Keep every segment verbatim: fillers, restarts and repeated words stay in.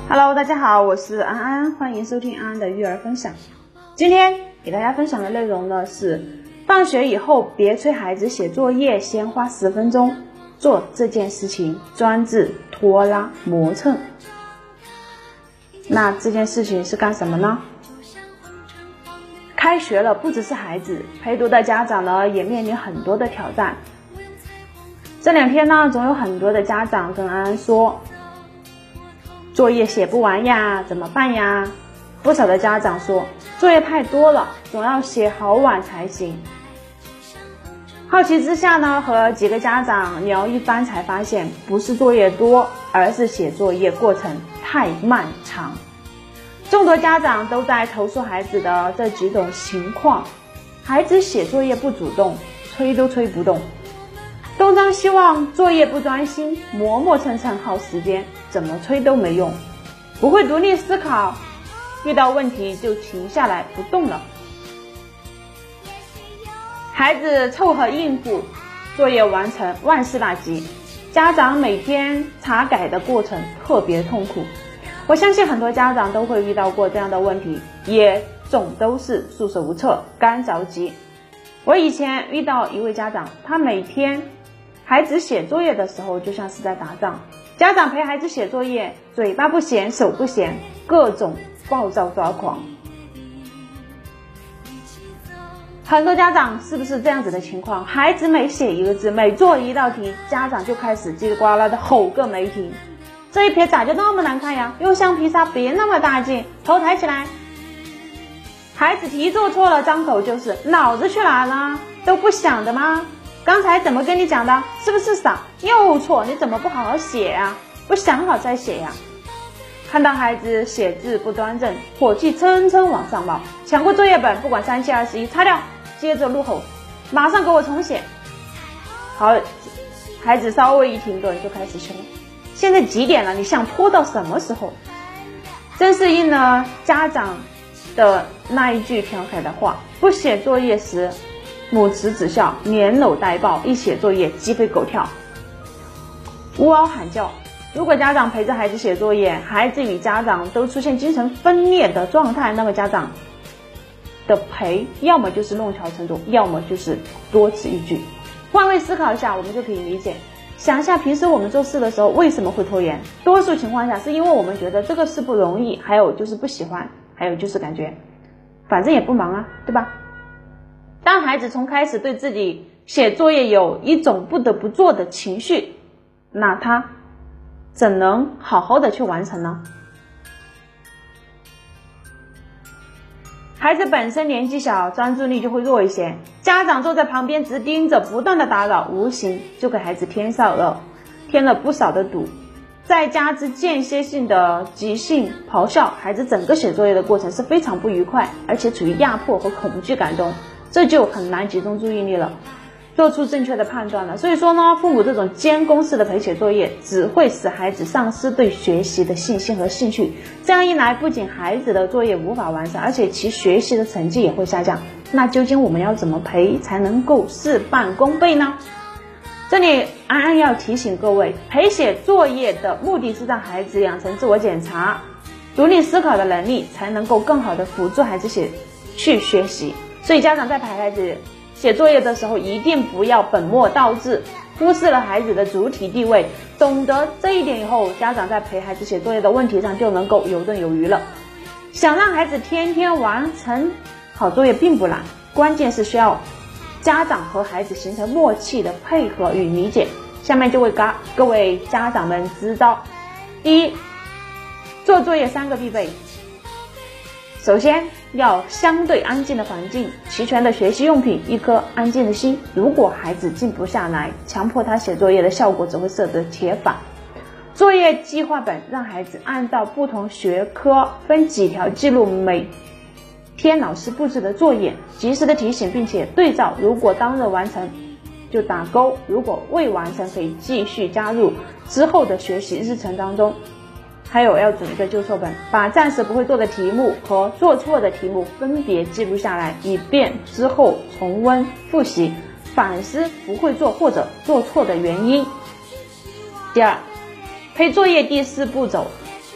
Hello， 大家好，我是安安，欢迎收听安安的育儿分享。今天给大家分享的内容呢是，放学以后别催孩子写作业，先花十分钟做这件事情，专治拖拉磨蹭。那这件事情是干什么呢？开学了，不只是孩子，陪读的家长呢也面临很多的挑战。这两天呢，总有很多的家长跟安安说，作业写不完呀，怎么办呀？不少的家长说，作业太多了，总要写好晚才行。好奇之下呢，和几个家长聊一番，才发现不是作业多，而是写作业过程太漫长。众多家长都在投诉孩子的这几种情况：孩子写作业不主动，催都催不动；东张西望，作业不专心，磨磨蹭蹭耗时间，怎么催都没用；不会独立思考，遇到问题就停下来不动了。孩子凑合应付，作业完成万事大吉，家长每天查改的过程特别痛苦。我相信很多家长都会遇到过这样的问题，也总都是束手无策，干着急。我以前遇到一位家长，他每天孩子写作业的时候就像是在打仗，家长陪孩子写作业，嘴巴不闲，手不闲，各种暴躁抓狂。很多家长是不是这样子的情况？孩子每写一个字，每做一道题，家长就开始叽里呱啦的吼个没停。这一撇咋就那么难看呀？用橡皮擦别那么大劲，头抬起来。孩子题做错了，张口就是脑子去哪了？都不想的吗？刚才怎么跟你讲的？是不是傻？又错，你怎么不好好写呀？不想好再写呀？看到孩子写字不端正，火气蹭蹭往上冒，抢过作业本，不管三七二十一，擦掉，接着怒吼，马上给我重写。好，孩子稍微一停顿就开始凶，现在几点了？你想拖到什么时候？真是应了家长的那一句调侃的话，不写作业时母慈子孝，连搂带抱，一写作业鸡飞狗跳，呜嗷喊叫。如果家长陪着孩子写作业，孩子与家长都出现精神分裂的状态，那么家长的陪要么就是弄巧成拙，要么就是多此一举。换位思考一下，我们就可以理解，想一下平时我们做事的时候为什么会拖延，多数情况下是因为我们觉得这个事不容易，还有就是不喜欢，还有就是感觉反正也不忙啊，对吧？当孩子从开始对自己写作业有一种不得不做的情绪，那他怎能好好的去完成呢？孩子本身年纪小，专注力就会弱一些，家长坐在旁边直盯着，不断的打扰，无形就给孩子添上了添了不少的堵。再加之间歇性的即兴咆哮，孩子整个写作业的过程是非常不愉快，而且处于压迫和恐惧感中，这就很难集中注意力了，做出正确的判断了。所以说呢，父母这种监工式的陪写作业，只会使孩子丧失对学习的信心和兴趣。这样一来，不仅孩子的作业无法完成，而且其学习的成绩也会下降。那究竟我们要怎么陪才能够事半功倍呢？这里安安要提醒各位，陪写作业的目的是让孩子养成自我检查、独立思考的能力，才能够更好的辅助孩子写去学习。所以家长在陪孩子写作业的时候，一定不要本末倒置，忽视了孩子的主体地位。懂得这一点以后，家长在陪孩子写作业的问题上就能够游刃有余了。想让孩子天天完成好作业并不难，关键是需要家长和孩子形成默契的配合与理解。下面就为各位家长们支招。第一，做作业三个必备。首先要相对安静的环境，齐全的学习用品，一颗安静的心。如果孩子静不下来，强迫他写作业的效果只会适得其反。作业计划本让孩子按照不同学科分几条记录每天老师布置的作业，及时的提醒并且对照，如果当日完成就打勾，如果未完成可以继续加入之后的学习日程当中。还有要准一个纠错本，把暂时不会做的题目和做错的题目分别记录下来，以便之后重温复习，反思不会做或者做错的原因。第二，陪作业第四步骤，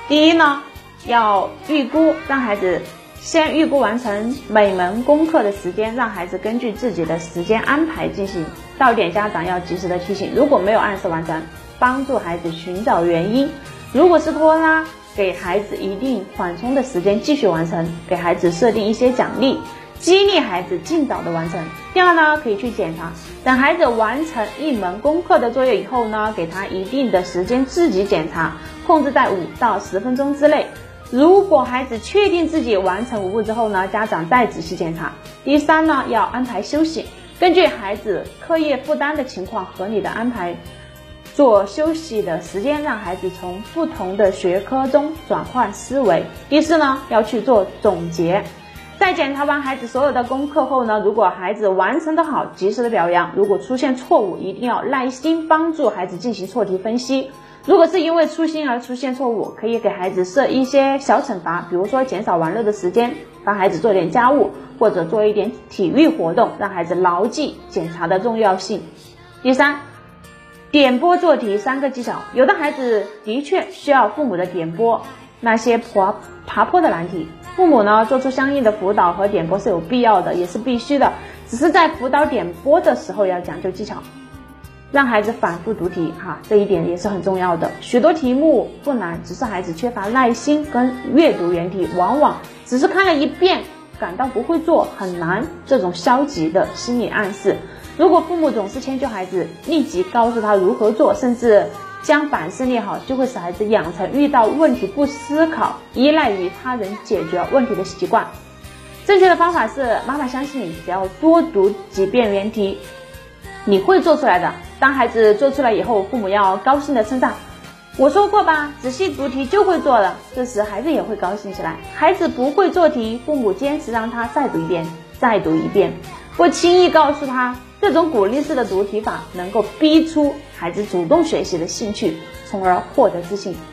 第一呢，要预估，让孩子先预估完成每门功课的时间，让孩子根据自己的时间安排进行，到点家长要及时的提醒，如果没有按时完成，帮助孩子寻找原因，如果是拖拉，给孩子一定缓冲的时间继续完成，给孩子设定一些奖励，激励孩子尽早的完成。第二呢，可以去检查，等孩子完成一门功课的作业以后呢，给他一定的时间自己检查，控制在五到十分钟之内。如果孩子确定自己完成无误之后呢，家长再仔细检查。第三呢，要安排休息，根据孩子课业负担的情况合理的安排做休息的时间，让孩子从不同的学科中转换思维。第四呢，要去做总结，在检查完孩子所有的功课后呢，如果孩子完成的好，及时的表扬，如果出现错误，一定要耐心帮助孩子进行错题分析。如果是因为粗心而出现错误，可以给孩子设一些小惩罚，比如说减少玩乐的时间，帮孩子做点家务，或者做一点体育活动，让孩子牢记检查的重要性。第三，点拨做题三个技巧，有的孩子的确需要父母的点拨，那些爬爬坡的难题，父母呢做出相应的辅导和点拨是有必要的，也是必须的，只是在辅导点拨的时候要讲究技巧，让孩子反复读题哈，这一点也是很重要的。许多题目不难，只是孩子缺乏耐心跟阅读原题，往往只是看了一遍感到不会做很难，这种消极的心理暗示。如果父母总是迁就孩子，立即告诉他如何做，甚至将板式列好，就会使孩子养成遇到问题不思考，依赖于他人解决问题的习惯。正确的方法是，妈妈相信你，只要多读几遍原题，你会做出来的。当孩子做出来以后，父母要高兴的称赞，我说过吧，仔细读题就会做了，这时孩子也会高兴起来。孩子不会做题，父母坚持让他再读一遍，再读一遍，不轻易告诉他，这种鼓励式的读题法能够逼出孩子主动学习的兴趣，从而获得自信。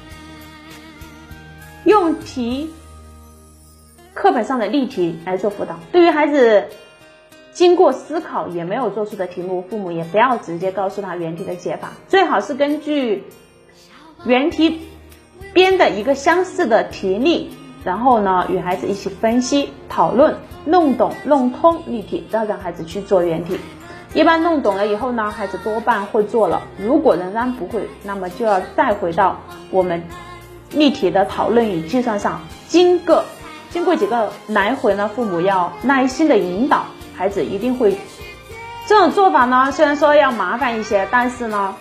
用题课本上的例题来做辅导，对于孩子经过思考也没有做出的题目，父母也不要直接告诉他原题的解法，最好是根据原题编的一个相似的题例，然后呢与孩子一起分析讨论，弄懂弄通例题，再让孩子去做原题。一般弄懂了以后呢，孩子多半会做了，如果仍然不会，那么就要再回到我们例题的讨论与计算上，经过经过几个来回呢，父母要耐心的引导，孩子一定会。这种做法呢，虽然说要麻烦一些，但是呢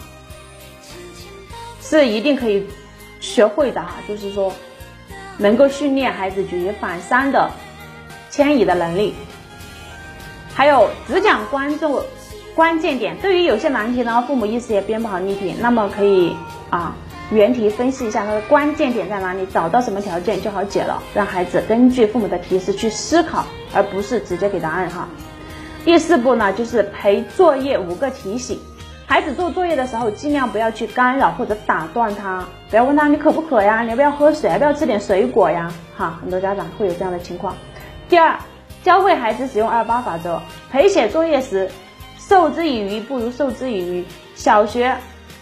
是一定可以学会的哈，就是说能够训练孩子举一反三的迁移的能力。还有只讲关注关键点，对于有些难题呢，父母一时也编不好例题，那么可以啊原题分析一下它的关键点在哪里，找到什么条件就好解了，让孩子根据父母的提示去思考，而不是直接给答案哈。第四步呢，就是陪作业五个提醒。孩子做作业的时候，尽量不要去干扰或者打断他，不要问他你渴不渴呀，你要不要喝水，要不要吃点水果呀哈，很多家长会有这样的情况。第二，教会孩子使用二八法则，陪写作业时授之以鱼不如授之以渔。小学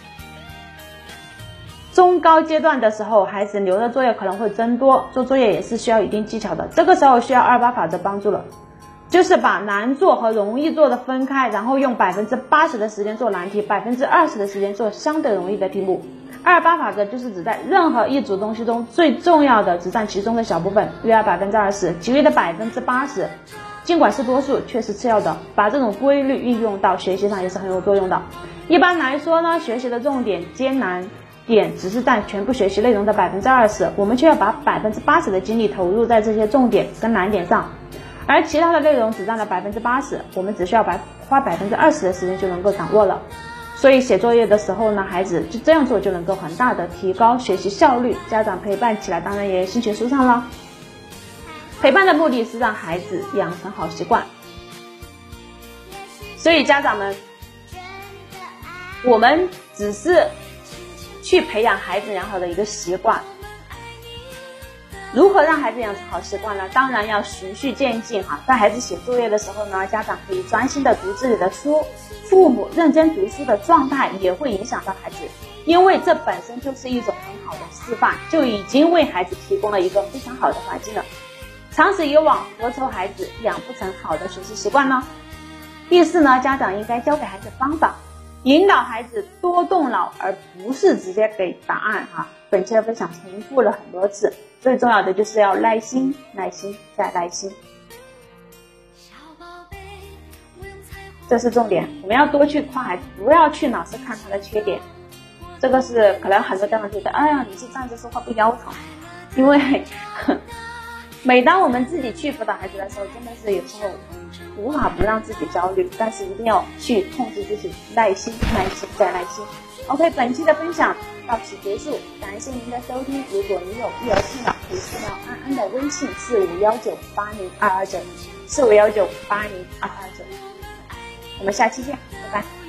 中高阶段的时候，孩子留的作业可能会增多，做作业也是需要一定技巧的，这个时候需要二八法则帮助了，就是把难做和容易做的分开，然后用百分之八十的时间做难题，百分之二十的时间做相对容易的题目。二八法则就是指在任何一组东西中，最重要的只占其中的小部分，约百分之二十，其余的百分之八十，尽管是多数，却是次要的。把这种规律运用到学习上也是很有作用的。一般来说呢，学习的重点艰难点只是占全部学习内容的百分之二十，我们却要把百分之八十的精力投入在这些重点跟难点上，而其他的内容只占了百分之八十，我们只需要白花百分之二十的时间就能够掌握了。所以写作业的时候呢，孩子就这样做就能够很大的提高学习效率，家长陪伴起来当然也心情舒畅了。陪伴的目的是让孩子养成好习惯，所以家长们，我们只是去培养孩子良好的一个习惯， 如何让孩子养成好习惯呢？当然要循序渐进哈。在孩子写作业的时候呢，家长可以专心的读自己的书，父母认真读书的状态也会影响到孩子，因为这本身就是一种很好的示范，就已经为孩子提供了一个非常好的环境了。长此以往，何愁孩子养不成好的学习习惯呢？第四呢，家长应该教给孩子方法，引导孩子多动脑，而不是直接给答案哈。本期的分享重复了很多次，最重要的就是要耐心，耐心再耐心，这是重点。我们要多去夸孩子，不要去老是看他的缺点。这个是可能很多家长觉得，哎呀，你是站着说话不腰疼，因为每当我们自己去辅导孩子的时候，真的是有时候无法不让自己焦虑，但是一定要去控制自己，耐心耐心再耐心。 OK， 本期的分享到此结束，感谢您的收听。如果您有育儿困扰，可以私聊安安的微信四五幺九八零二二九四五幺九八零二二九，我们下期见，拜拜。